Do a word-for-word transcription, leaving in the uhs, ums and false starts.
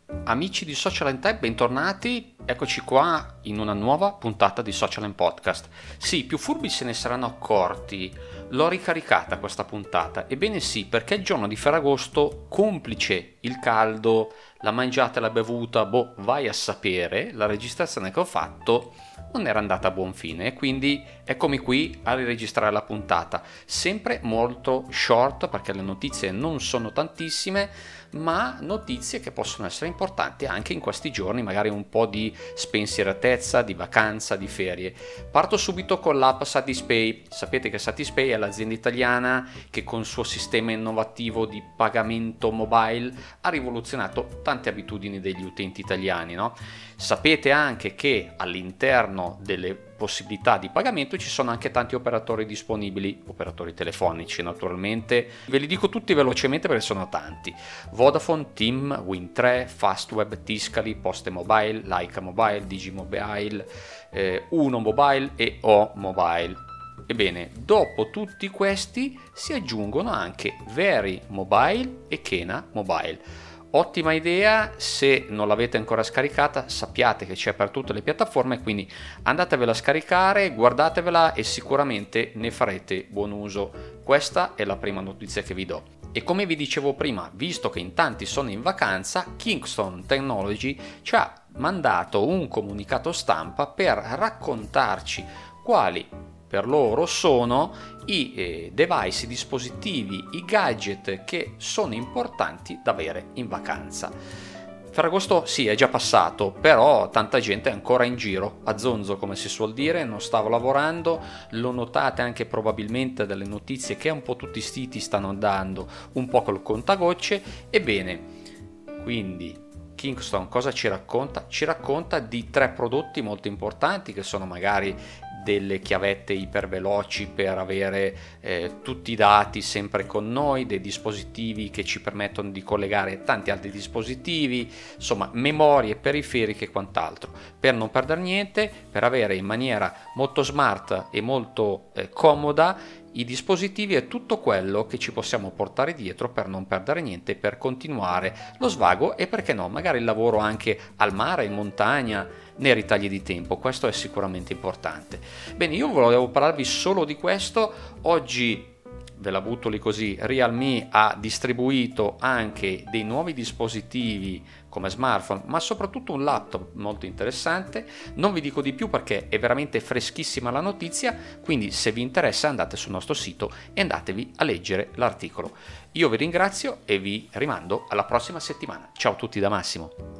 Amici di Social and Tech, bentornati, eccoci qua in una nuova puntata di Social and Podcast. Sì, più furbi se ne saranno accorti, l'ho ricaricata questa puntata, ebbene sì, perché il giorno di Ferragosto, complice il caldo, la mangiata e la bevuta, boh, vai a sapere, la registrazione che ho fatto non era andata a buon fine e quindi eccomi qui a riregistrare la puntata, sempre molto short perché le notizie non sono tantissime, ma notizie che possono essere importanti anche in questi giorni, magari un po' di spensieratezza, di vacanza, di ferie. Parto subito con l'app Satispay. Sapete che Satispay è l'azienda italiana che con il suo sistema innovativo di pagamento mobile ha rivoluzionato tante abitudini degli utenti italiani, no? Sapete anche che all'interno delle possibilità di pagamento ci sono anche tanti operatori disponibili, operatori telefonici naturalmente, ve li dico tutti velocemente perché sono tanti: Vodafone, TIM, Wind tre, Fastweb, Tiscali, Poste Mobile, Laika Mobile, Digimobile, eh, Uno Mobile e O Mobile. Ebbene, dopo tutti questi si aggiungono anche Very Mobile e Kena Mobile. Ottima idea, se non l'avete ancora scaricata sappiate che c'è per tutte le piattaforme, quindi andatevela a scaricare, guardatevela e sicuramente ne farete buon uso. Questa è la prima notizia che vi do. E come vi dicevo prima, visto che in tanti sono in vacanza, Kingston Technology ci ha mandato un comunicato stampa per raccontarci quali per loro sono i eh, device, i dispositivi, i gadget che sono importanti da avere in vacanza. Ferragosto sì, è già passato, però tanta gente è ancora in giro, a zonzo come si suol dire, non stavo lavorando, lo notate anche probabilmente dalle notizie che un po' tutti i siti stanno dando un po' col contagocce. Ebbene, quindi Kingston cosa ci racconta? Ci racconta di tre prodotti molto importanti che sono magari delle chiavette iperveloci per avere eh, tutti i dati sempre con noi, dei dispositivi che ci permettono di collegare tanti altri dispositivi, insomma memorie, periferiche e quant'altro, per non perdere niente, per avere in maniera molto smart e molto eh, comoda i dispositivi e tutto quello che ci possiamo portare dietro per non perdere niente, per continuare lo svago e perché no, magari il lavoro anche al mare, in montagna, nei ritagli di tempo. Questo è sicuramente importante. Bene, io volevo parlarvi solo di questo. Oggi ve la butto lì così, Realme ha distribuito anche dei nuovi dispositivi come smartphone, ma soprattutto un laptop molto interessante. Non vi dico di più perché è veramente freschissima la notizia, quindi se vi interessa andate sul nostro sito e andatevi a leggere l'articolo. Io vi ringrazio e vi rimando alla prossima settimana. Ciao a tutti da Massimo.